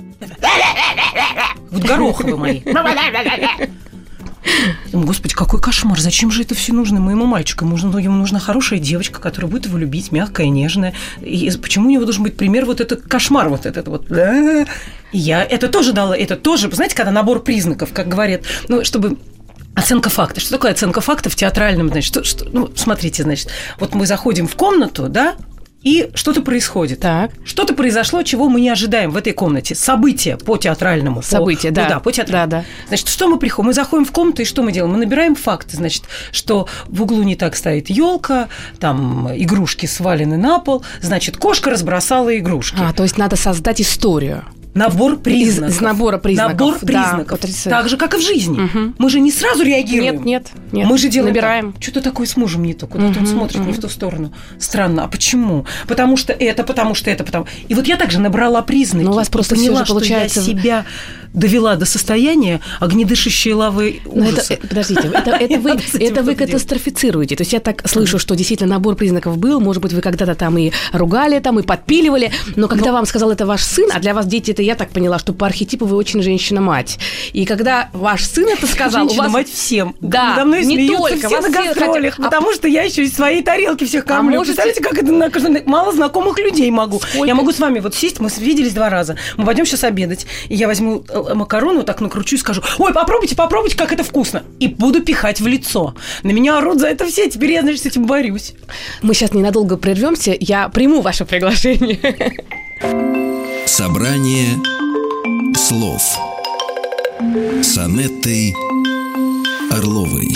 Вот гороховые мои. Думаю, господи, какой кошмар, зачем же это все нужно моему мальчику? Ему нужна, ему нужна хорошая девочка, которая будет его любить, мягкая, нежная. И почему у него должен быть пример вот этот кошмар, вот этот вот. И я это тоже дала, это тоже, знаете, когда набор признаков, как говорят, ну, чтобы… Оценка фактов. Что такое оценка фактов в театральном? Значит, что, что, ну, смотрите, значит, вот мы заходим в комнату, да, и что-то происходит. Так. Что-то произошло, чего мы не ожидаем в этой комнате. Событие по театральному. Событие, по, да. Ну, да, по театральному. Да, да. Значит, что мы приходим? Мы заходим в комнату, и что мы делаем? Мы набираем факты, значит, что в углу не так стоит елка, там игрушки свалены на пол, значит, кошка разбросала игрушки. А, то есть надо создать историю. Набор признаков. Из, из набора признаков. Набор признаков. Да, так же, как и в жизни. Угу. Мы же не сразу реагируем. Нет, нет, нет. Мы же делаем Набираем. Так. Что-то такое с мужем не то. Куда-то угу, он смотрит угу. не в ту сторону. Странно. А почему? Потому что это, потому что это, потому... И вот я также набрала признаки. Но у вас просто поняла, все же получается... что я себя довела до состояния огнедышащей лавы ужаса. Это, подождите, это, это вы, это вы катастрофицируете. То есть я так слышу, что действительно набор признаков был, может быть, вы когда-то там и ругали, там и подпиливали, но когда но... вам сказал это ваш сын, а для вас дети, это я так поняла, что по архетипу вы очень женщина-мать. И когда ваш сын это сказал... Женщина-мать вас... всем. Да, надо мной не смеются только. Все на гастролях, хотят... потому что я еще из своей тарелки всех кормлю. А можете... Представляете, как это на... мало знакомых людей могу. Сколько? Я могу с вами вот сесть, мы виделись два раза, мы пойдем сейчас обедать, и я возьму макарону, так накручу и скажу: ой, попробуйте, попробуйте, как это вкусно. И буду пихать в лицо. На меня орут за это все, теперь я, значит, с этим борюсь. Мы сейчас ненадолго прервемся, я приму ваше приглашение. Собрание слов с Анеттой Орловой.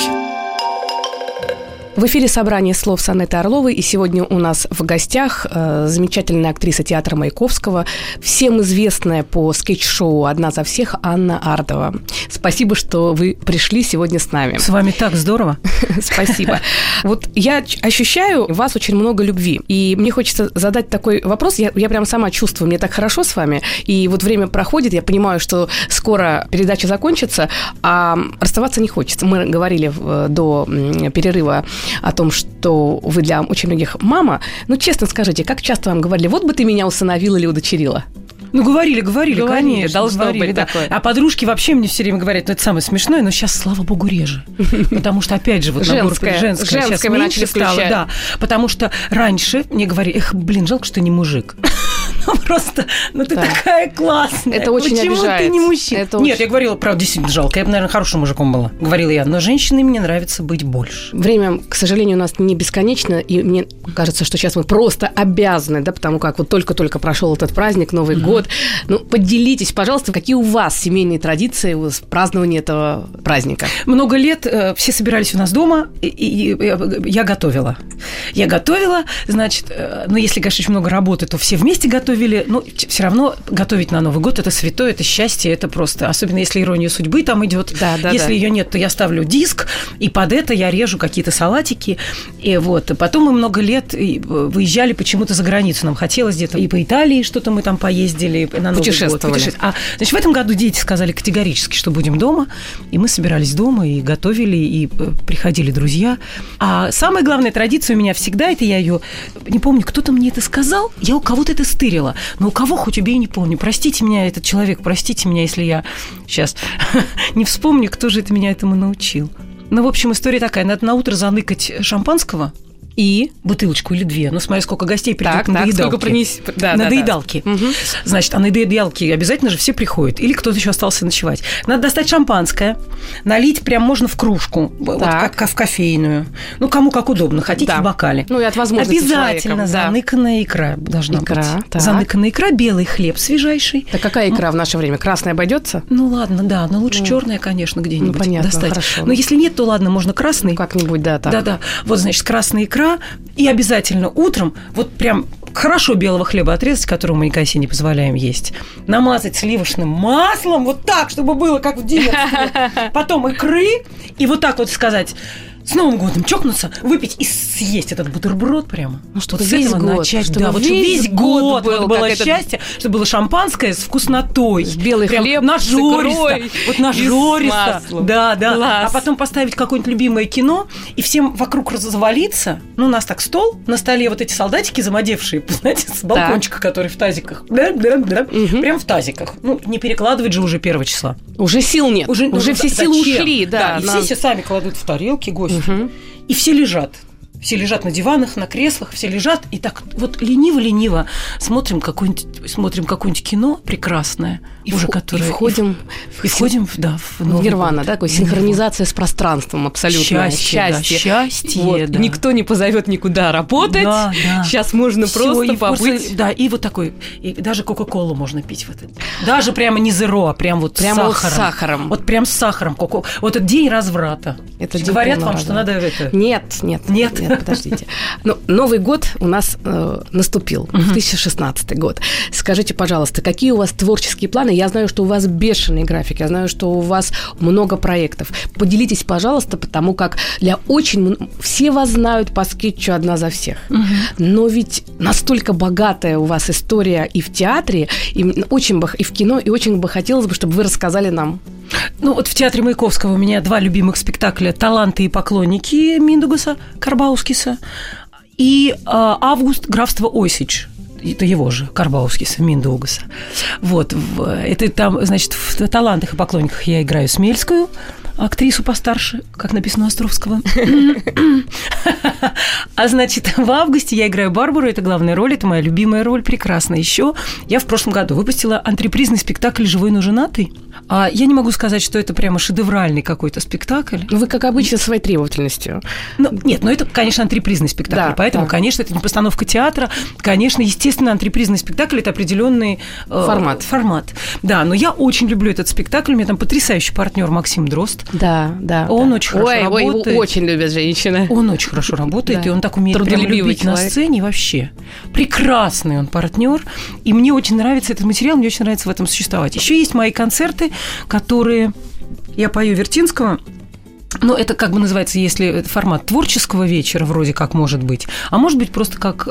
В эфире собрание слов с Анеттой Орловой, и сегодня у нас в гостях э, замечательная актриса театра Маяковского, всем известная по скетч-шоу «Одна за всех» Анна Ардова. Спасибо, что вы пришли сегодня с нами. С вами так здорово. Спасибо. Вот я ощущаю в вас очень много любви, и мне хочется задать такой вопрос. Я, я прям сама чувствую, мне так хорошо с вами, и вот время проходит, я понимаю, что скоро передача закончится, а расставаться не хочется. Мы говорили в, до перерыва о том, что вы для очень многих мама. Ну, честно скажите, как часто вам говорили: вот бы ты меня усыновила или удочерила? Ну, говорили, говорили, говорили конечно. Должно говорили, быть да. такое. А подружки вообще мне все время говорят: ну, это самое смешное, но сейчас, слава богу, реже. Потому что, опять же, вот женское, женское сейчас меньше стало. Да, потому что раньше мне говорили: эх, блин, жалко, что ты не мужик. Ну, просто, ну, ты да. такая классная. Это очень Почему обижает. ты не мужчина? Это Нет, очень... я говорила, правда, действительно жалко. Я бы, наверное, хорошим мужиком была, говорила я. Но женщиной мне нравится быть больше. Время, к сожалению, у нас не бесконечно, и мне кажется, что сейчас мы просто обязаны, да, потому как вот только-только прошел этот праздник, Новый mm-hmm. год. Ну, поделитесь, пожалуйста, какие у вас семейные традиции в праздновании этого праздника? Много лет э, все собирались у нас дома, и, и, и я готовила. Я готовила, значит, э, ну, если, конечно, очень много работы, то все вместе готовили. Ну, все равно готовить на Новый год – это святое, это счастье, это просто… Особенно если «Ирония судьбы» там идет. Да, да, если да. ее нет, то я ставлю диск, и под это я режу какие-то салатики. И вот. Потом мы много лет выезжали почему-то за границу. Нам хотелось где-то и по Италии что-то мы там поездили. На Новый Путешествовали. Год. Путешествовали. А, значит, в этом году дети сказали категорически, что будем дома. И мы собирались дома, и готовили, и приходили друзья. А самая главная традиция у меня всегда, это я ее… Не помню, кто-то мне это сказал, я у кого-то это стырила. Но у кого, хоть убей, не помню. Простите меня, этот человек, простите меня, если я сейчас не вспомню, кто же это меня этому научил. Ну, в общем, история такая. Надо на утро заныкать шампанского и бутылочку или две. Ну, смотри, сколько гостей придет на доедалки. Принес... Да, на да, доедалки. Да. Угу. Значит, а на доедалки обязательно же все приходят. Или кто-то еще остался ночевать. Надо достать шампанское, налить прям можно в кружку, вот как в кофейную. Ну, кому как удобно. Хотите да. в бокале. Ну, и от возможности обязательно заныканная икра должна икра, быть. Так. Заныканная икра, белый хлеб свежайший. Так какая икра в наше время? Красная обойдется? Ну, ладно, да. Но лучше ну, черная, конечно, где-нибудь ну, понятно, достать. Хорошо. Но если нет, то ладно, можно красный. Ну, как-нибудь, да, так. Да-да. Вот, значит, красная икра. И обязательно утром вот прям хорошо белого хлеба отрезать, которого мы никогда себе не позволяем есть, намазать сливочным маслом, вот так, чтобы было как в детстве. Потом икры, и вот так вот сказать: с Новым годом чокнуться, выпить и съесть этот бутерброд прямо. Ну, чтобы вот весь с этого год, начать. чтобы да, вот весь, весь год, год был, вот было этот... счастье, чтобы было шампанское с вкуснотой. С белый прям хлеб, нажористо. Вот нажористо. Да, да. Класс. А потом поставить какое-нибудь любимое кино, и всем вокруг завалиться. Ну, у нас так стол, на столе вот эти солдатики замодевшие, знаете, с балкончика, так. который в тазиках. Да, да, да. Угу. Прям в тазиках. Ну, не перекладывать же уже первого числа. Уже сил нет. Уже, уже все силы зачем? Ушли. Да, да, и все сами кладут в тарелки гости. Угу. И все лежат. Все лежат на диванах, на креслах, все лежат. И так вот лениво-лениво смотрим какое-нибудь, смотрим какое-нибудь кино прекрасное. И, уже в, которое, и входим, и, и входим в, да, в, в нирвана, да, такой синхронизация с пространством абсолютно. Счастье, счастье. Да, счастье вот. да. Никто не позовет никуда работать. Да, да. Сейчас можно Всё, просто и побыть. Вкус, да, и вот такой, и даже кока-колу можно пить в этот. Даже прямо не зеро, а прям вот прямо с сахаром. с сахаром. Вот прям с сахаром. Кока... Вот это день разврата. Это Говорят вам, разврата. Что надо это... Нет, нет, нет. Нет, нет, подождите. Ну, Новый год у нас э, наступил, uh-huh. две тысячи шестнадцатый год. Скажите, пожалуйста, какие у вас творческие планы? Я знаю, что у вас бешеный график, я знаю, что у вас много проектов. Поделитесь, пожалуйста, потому как для очень... Все вас знают по скетчу «Одна за всех». Uh-huh. Но ведь настолько богатая у вас история и в театре, и, очень бы, и в кино, и очень бы хотелось бы, чтобы вы рассказали нам. Ну, вот в Театре Маяковского у меня два любимых спектакля «Таланты и поклонники» Миндугаса Карбаускиса и а, «Август. Графство Осич». Это его же, Карбаускиса, Миндугаса. Вот, в, это там, значит, в «Талантах и поклонниках» я играю Смельскую, актрису постарше, как написано у Островского. А значит, в августе я играю Барбару, это главная роль, это моя любимая роль, прекрасно. Еще я в прошлом году выпустила антрепризный спектакль «Живой, но женатый». А я не могу сказать, что это прямо шедевральный какой-то спектакль. Вы, как обычно, своей требовательностью. Ну, нет, но это, конечно, антрепризный спектакль, да, поэтому, да. конечно, это не постановка театра, конечно, естественно, антрепризный спектакль – это определенный э, формат. формат. Да, но я очень люблю этот спектакль, у меня там потрясающий партнер Максим Дрозд. Да, да. Он да. очень хорошо ой, работает. Ой, его очень любят женщины. Он очень хорошо работает, и он так умеет прям любить на сцене вообще. Прекрасный он партнер, и мне очень нравится этот материал, мне очень нравится в этом существовать. Еще есть мои концерты, которые я пою Вертинского. Ну, это как бы называется, если это формат творческого вечера, вроде как может быть, а может быть просто как...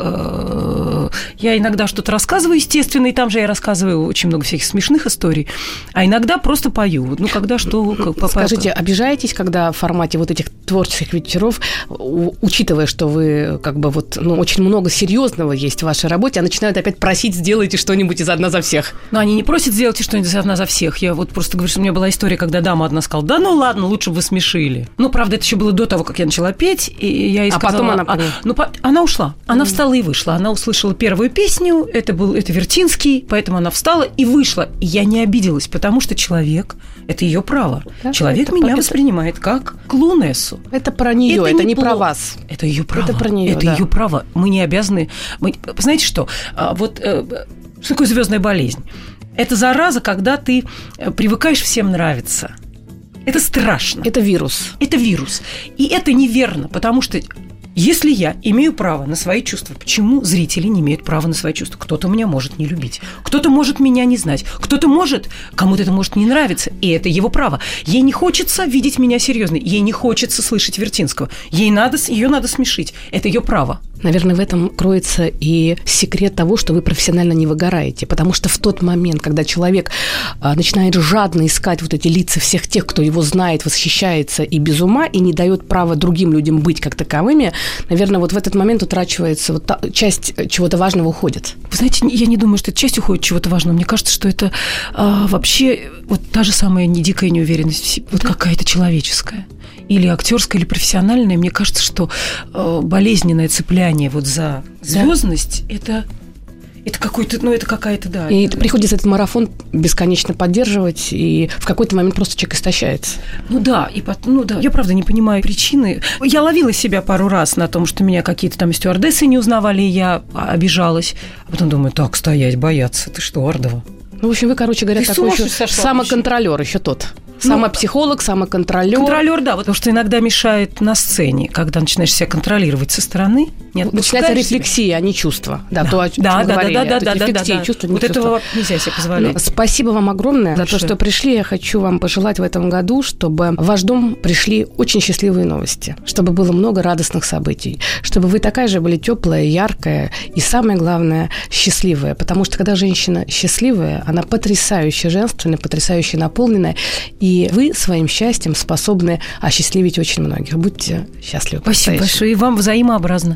Э, я иногда что-то рассказываю, естественно, и там же я рассказываю очень много всяких смешных историй, а иногда просто пою. Ну, когда что... Как, Скажите, обижаетесь, когда в формате вот этих творческих вечеров, учитывая, что вы как бы вот, ну, очень много серьезного есть в вашей работе, а начинают опять просить, сделайте что-нибудь из «Одна за всех»? Ну, они не просят, сделайте что-нибудь из «Одна за всех». Я вот просто говорю, что у меня была история, когда дама одна сказала, да ну ладно, лучше бы вы смешили. Ну, правда, это еще было до того, как я начала петь, и я ей сказала... А потом она... А, ну, по, она ушла. Она mm-hmm. встала и вышла. Она услышала первую песню, это был это Вертинский, поэтому она встала и вышла. И я не обиделась, потому что человек... Это ее право. Да, человек меня это... воспринимает как клоунессу. Это про нее, это, это не, не про вас. Это ее право. Это про нее, Это да. ее право. Мы не обязаны... Мы... Знаете что? Вот что такое звездная болезнь? Это зараза, когда ты привыкаешь всем нравиться. Это страшно. Это вирус. Это вирус. И это неверно, потому что если я имею право на свои чувства, почему зрители не имеют права на свои чувства? Кто-то меня может не любить, кто-то может меня не знать, кто-то может, кому-то это может не нравиться, и это его право. Ей не хочется видеть меня серьезной, ей не хочется слышать Вертинского, ей надо, ее надо смешить, это ее право. Наверное, в этом кроется и секрет того, что вы профессионально не выгораете, потому что в тот момент, когда человек а, начинает жадно искать вот эти лица всех тех, кто его знает, восхищается и без ума, и не дает права другим людям быть как таковыми, наверное, вот в этот момент утрачивается вот та, часть чего-то важного уходит. Вы знаете, я не думаю, что эта часть уходит чего-то важного. Мне кажется, что это а, вообще вот та же самая не дикая неуверенность в себе, вот какая-то человеческая. Или актерская, или профессиональная. Мне кажется, что э, болезненное цепляние вот за звездность да. это, это какой-то, ну, это какая-то, да. И это... приходится этот марафон бесконечно поддерживать, и в какой-то момент просто человек истощается. Ну да, и потом, ну да, я правда не понимаю причины. Я ловила себя пару раз на том, что меня какие-то там стюардессы не узнавали, и я обижалась. А потом думаю, так, стоять, бояться, ты что, Ардова? Ну, в общем, вы, короче говоря, ты такой еще самоконтролер, еще тот. Самопсихолог, самоконтролер. Контролер, да, потому что иногда мешает на сцене, когда начинаешь себя контролировать со стороны. Нет, начинается рефлексия, а не чувства. Да, да. то, о чем да, мы да, говорили. Да, да, да, рефлексия, да, да. чувства, не вот чувства. этого нельзя себе позволять. Ну, спасибо вам огромное Большое. за то, что пришли. Я хочу вам пожелать в этом году, чтобы в ваш дом пришли очень счастливые новости, чтобы было много радостных событий, чтобы вы такая же были теплая, яркая и, самое главное, счастливая. Потому что, когда женщина счастливая, она потрясающе женственная, потрясающе наполненная, и вы своим счастьем способны осчастливить очень многих. Будьте счастливы. Спасибо большое. И вам взаимообразно.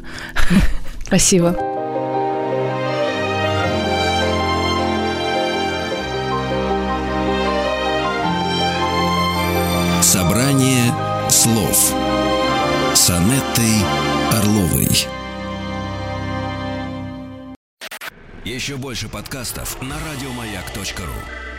Спасибо. Собрание слов с Анеттой Орловой. Еще больше подкастов на радиомаяк точка ру.